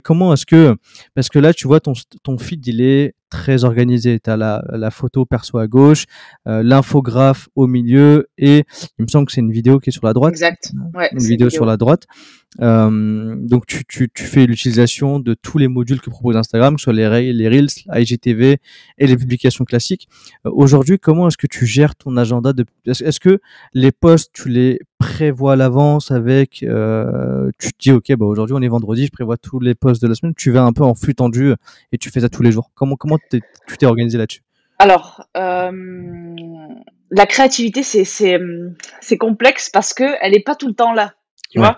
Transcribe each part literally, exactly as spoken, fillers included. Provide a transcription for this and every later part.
comment est-ce que, parce que là, tu vois, ton, ton feed, il est très organisé. Tu as la, la photo perso à gauche, euh, l'infographe au milieu et il me semble que c'est une vidéo qui est sur la droite. Exact. Ouais, Une c'est vidéo vidéo. sur la droite. Euh, donc tu, tu, tu fais l'utilisation de tous les modules que propose Instagram, que ce soit les, Re- les Reels, I G T V et les publications classiques. Euh, aujourd'hui, comment est-ce que tu gères ton agenda de... Est-ce, est-ce que les posts, tu les prévois à l'avance avec... Euh, tu te dis, OK, bah aujourd'hui on est vendredi, je prévois tous les posts de la semaine. Tu vas un peu en flux tendu et tu fais ça tous les jours. Comment, comment t'es, tu t'es organisé là-dessus? Alors, euh, la créativité, c'est c'est c'est complexe parce que elle est pas tout le temps là, tu Ouais. vois.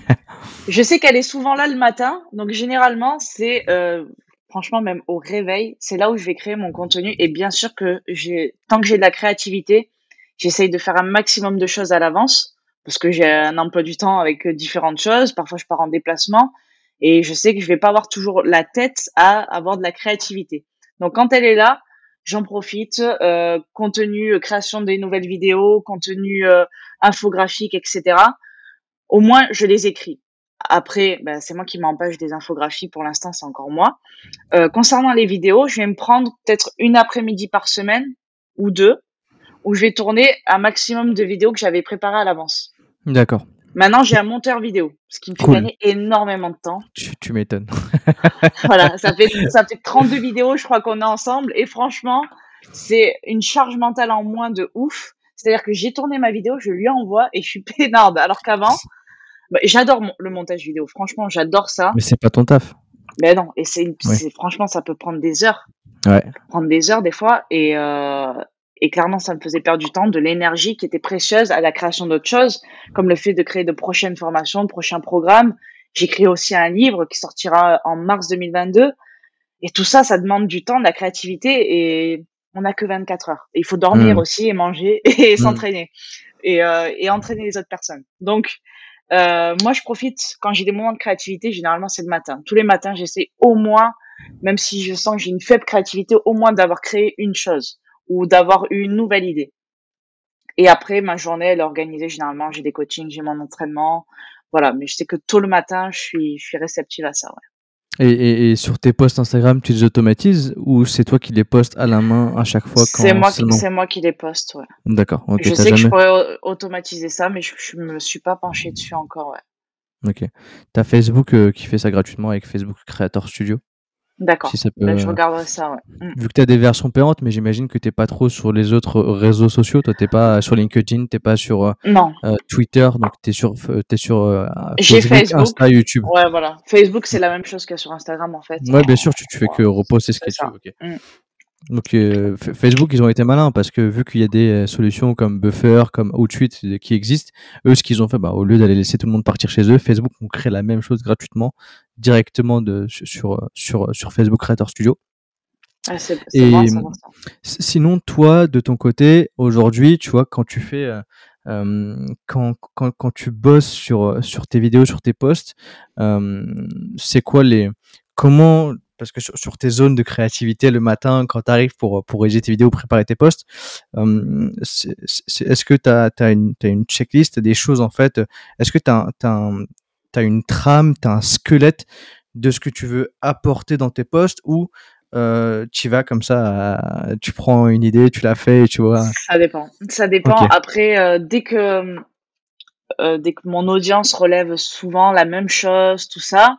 Je sais qu'elle est souvent là le matin, donc généralement c'est euh, franchement même au réveil, c'est là où je vais créer mon contenu. Et bien sûr que j'ai tant que j'ai de la créativité, j'essaye de faire un maximum de choses à l'avance parce que j'ai un emploi du temps avec euh, différentes choses. Parfois je pars en déplacement et je sais que je vais pas avoir toujours la tête à avoir de la créativité. Donc quand elle est là, j'en profite. Euh, contenu, euh, création des nouvelles vidéos, contenu euh, infographique, et cetera. Au moins, je les écris. Après, ben, c'est moi qui m'empêche des infographies. Pour l'instant, c'est encore moi. Euh, concernant les vidéos, je vais me prendre peut-être une après-midi par semaine ou deux, où je vais tourner un maximum de vidéos que j'avais préparées à l'avance. D'accord. Maintenant, j'ai un monteur vidéo, ce qui me fait Cool. gagner énormément de temps. Tu, tu m'étonnes. Voilà, ça fait ça fait trente-deux vidéos, je crois qu'on est ensemble, et franchement, c'est une charge mentale en moins de ouf. C'est-à-dire que j'ai tourné ma vidéo, je lui envoie et je suis peinarde. Alors qu'avant, bah, j'adore mon- le montage vidéo. Franchement, j'adore ça. Mais c'est pas ton taf. Mais non, et c'est, une- Oui. c'est franchement, ça peut prendre des heures, Ouais. prendre des heures des fois, et euh, et clairement, ça me faisait perdre du temps, de l'énergie qui était précieuse à la création d'autres choses, comme le fait de créer de prochaines formations, de prochains programmes. J'ai créé aussi un livre qui sortira en mars deux mille vingt-deux, et tout ça, ça demande du temps, de la créativité, et on n'a que vingt-quatre heures. Et il faut dormir Hmm. aussi et manger et Hmm. s'entraîner et euh, et entraîner les autres personnes. Donc euh, moi, je profite quand j'ai des moments de créativité. Généralement, c'est le matin. Tous les matins, j'essaie au moins, même si je sens que j'ai une faible créativité, au moins d'avoir créé une chose ou d'avoir eu une nouvelle idée. Et après, ma journée, elle est organisée. Généralement, j'ai des coachings, j'ai mon entraînement. Voilà. Mais je sais que tôt le matin, je suis, je suis réceptive à ça. Ouais. Et, et, et sur tes posts Instagram, tu les automatises ou c'est toi qui les postes à la main à chaque fois C'est quand moi qui, seulement? c'est moi qui les poste. Ouais. D'accord, ok, Je t'as sais que je jamais. pourrais au- automatiser ça, mais je, je me suis pas penchée dessus encore. Ouais. Ok. T'as Facebook euh, qui fait ça gratuitement avec Facebook Creator Studio. Si D'accord. ça peut. Ben, je euh, regarderai ça. Ouais. Mm. Vu que t'as des versions payantes, mais j'imagine que t'es pas trop sur les autres réseaux sociaux. Toi, t'es pas sur LinkedIn, t'es pas sur euh, Non. euh, Twitter, donc t'es sur, f- t'es sur euh, J'ai Facebook, Facebook. Insta, YouTube. Ouais, voilà. Facebook, c'est la même chose que sur Instagram, en fait. Ouais, bien sûr, tu, tu fais Ouais, que reposter ce c'est que tu veux. ça. Ok. Mm. Donc euh, F- Facebook, ils ont été malins parce que vu qu'il y a des euh, solutions comme Buffer, comme Outsuite euh, qui existent, eux, ce qu'ils ont fait, bah, au lieu d'aller laisser tout le monde partir chez eux, Facebook ont créé la même chose gratuitement directement de, sur, euh, sur, sur Facebook Creator Studio. Ah, c'est c'est bon à Et savoir ça. s- sinon, toi, de ton côté, aujourd'hui, tu vois, quand tu fais, euh, euh, quand, quand, quand tu bosses sur, euh, sur tes vidéos, sur tes posts, euh, c'est quoi les, comment, parce que sur, sur tes zones de créativité le matin, quand tu arrives pour, pour rédiger tes vidéos, préparer tes posts, euh, c'est- c'est- est-ce que tu as, une, t'as une checklist, des choses en fait, est-ce que tu as, un, t'as une trame, tu as un squelette de ce que tu veux apporter dans tes posts ou euh, tu vas comme ça, à- tu prends une idée, tu la fais, et tu vois. Ça dépend. Ça dépend. Ok. Après, euh, dès que euh, dès que mon audience relève souvent la même chose, tout ça,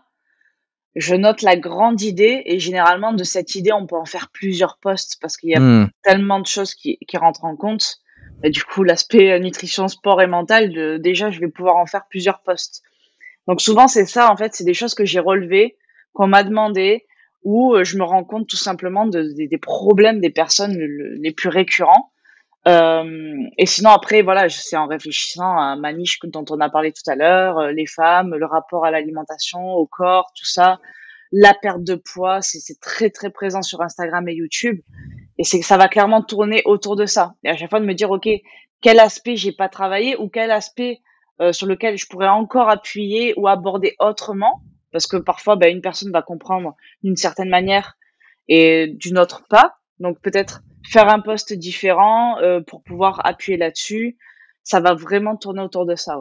je note la grande idée et généralement de cette idée, on peut en faire plusieurs posts parce qu'il y a Hmm. tellement de choses qui, qui rentrent en compte. Et du coup, l'aspect euh, nutrition, sport et mental, de, déjà, je vais pouvoir en faire plusieurs posts. Donc souvent, c'est ça, en fait, c'est des choses que j'ai relevées, qu'on m'a demandé, ou euh, je me rends compte tout simplement de, des des problèmes des personnes le- le- les plus récurrents. Euh, et sinon, après, voilà, je- c'est en réfléchissant à ma niche que- dont on a parlé tout à l'heure, euh, les femmes, le rapport à l'alimentation, au corps, tout ça, la perte de poids, c'est c'est très, très présent sur Instagram et YouTube. Et c'est que ça va clairement tourner autour de ça. Et à chaque fois de me dire, OK, quel aspect j'ai pas travaillé ou quel aspect euh, sur lequel je pourrais encore appuyer ou aborder autrement. Parce que parfois, bah, une personne va comprendre d'une certaine manière et d'une autre pas. Donc peut-être faire un post différent euh, pour pouvoir appuyer là-dessus. Ça va vraiment tourner autour de ça, ouais.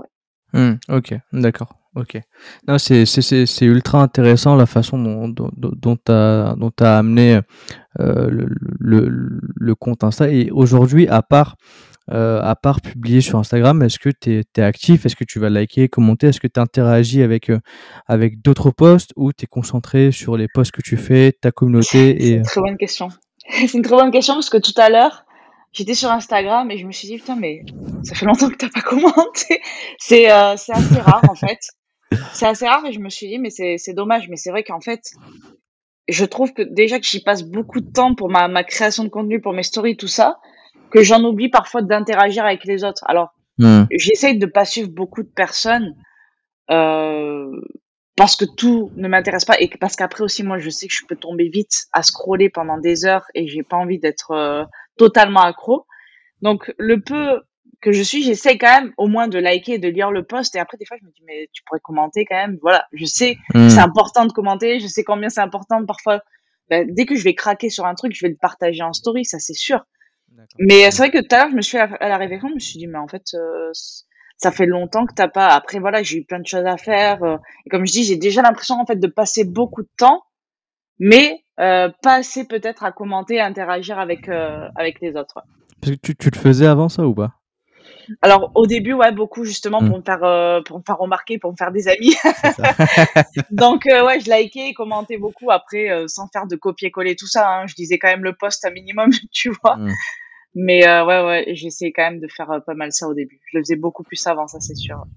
Mmh, OK, d'accord, OK. Non, c'est c'est c'est c'est ultra intéressant la façon dont dont dont dont tu as dont tu as amené, heu, le le le le compte Insta et aujourd'hui, à part, heu, à part publier sur Instagram, est-ce que tu es tu es actif? Est-ce que tu vas liker, commenter? Est-ce que tu interagis avec, heu, avec d'autres posts ou tu es concentré sur les posts que tu fais, ta communauté C'est et une heu très bonne question. C'est une très bonne question parce que tout à l'heure, j'étais sur Instagram et je me suis dit: «Putain, mais ça fait longtemps que tu as pas commenté». C'est, heu, c'est assez rare en fait. C'est assez rare et je me suis dit: «Mais c'est c'est dommage». Mais c'est vrai qu'en fait, je trouve que déjà que j'y passe beaucoup de temps pour ma ma création de contenu, pour mes stories, tout ça, que j'en oublie parfois d'interagir avec les autres. Alors, mmh, j'essaye de pas suivre beaucoup de personnes, heu, parce que tout ne m'intéresse pas et que parce qu'après aussi moi je sais que je peux tomber vite à scroller pendant des heures et j'ai pas envie d'être, heu, totalement accro. Donc le peu que je suis, j'essaie quand même au moins de liker et de lire le post et après des fois je me dis: «Mais tu pourrais commenter quand même». Voilà, je sais que c'est mmh, important de commenter, je sais combien c'est important parfois, bah, dès que je vais craquer sur un truc, je vais le partager en story, ça c'est sûr. d'accord, Mais c'est mmh, vrai que tout à l'heure, je me suis fait à à la réflexion, je me suis dit: «Mais en fait, heu, ç ça fait longtemps que tu as pas». Après voilà, j'ai eu plein de choses à faire, heu et comme je dis, j'ai déjà l'impression en fait de passer beaucoup de temps, mais heu, pas assez peut-être à commenter, à interagir avec, heu, avec les autres, ouais. parce que tu tu le faisais avant ça ou pas? Alors au début, ouais, beaucoup justement Mmh, pour me faire, heu, pour me faire remarquer, pour me faire des amis. c'est ça. Donc heu, ouais, je likais et commentais beaucoup après, heu, sans faire de copier-coller tout ça, hein. Je lisais quand même le post un minimum, tu vois? Mmh. Mais heu, ouais, ouais, j'essayais quand même de faire, heu, pas mal ça au début. Je le faisais beaucoup plus avant, ça c'est sûr.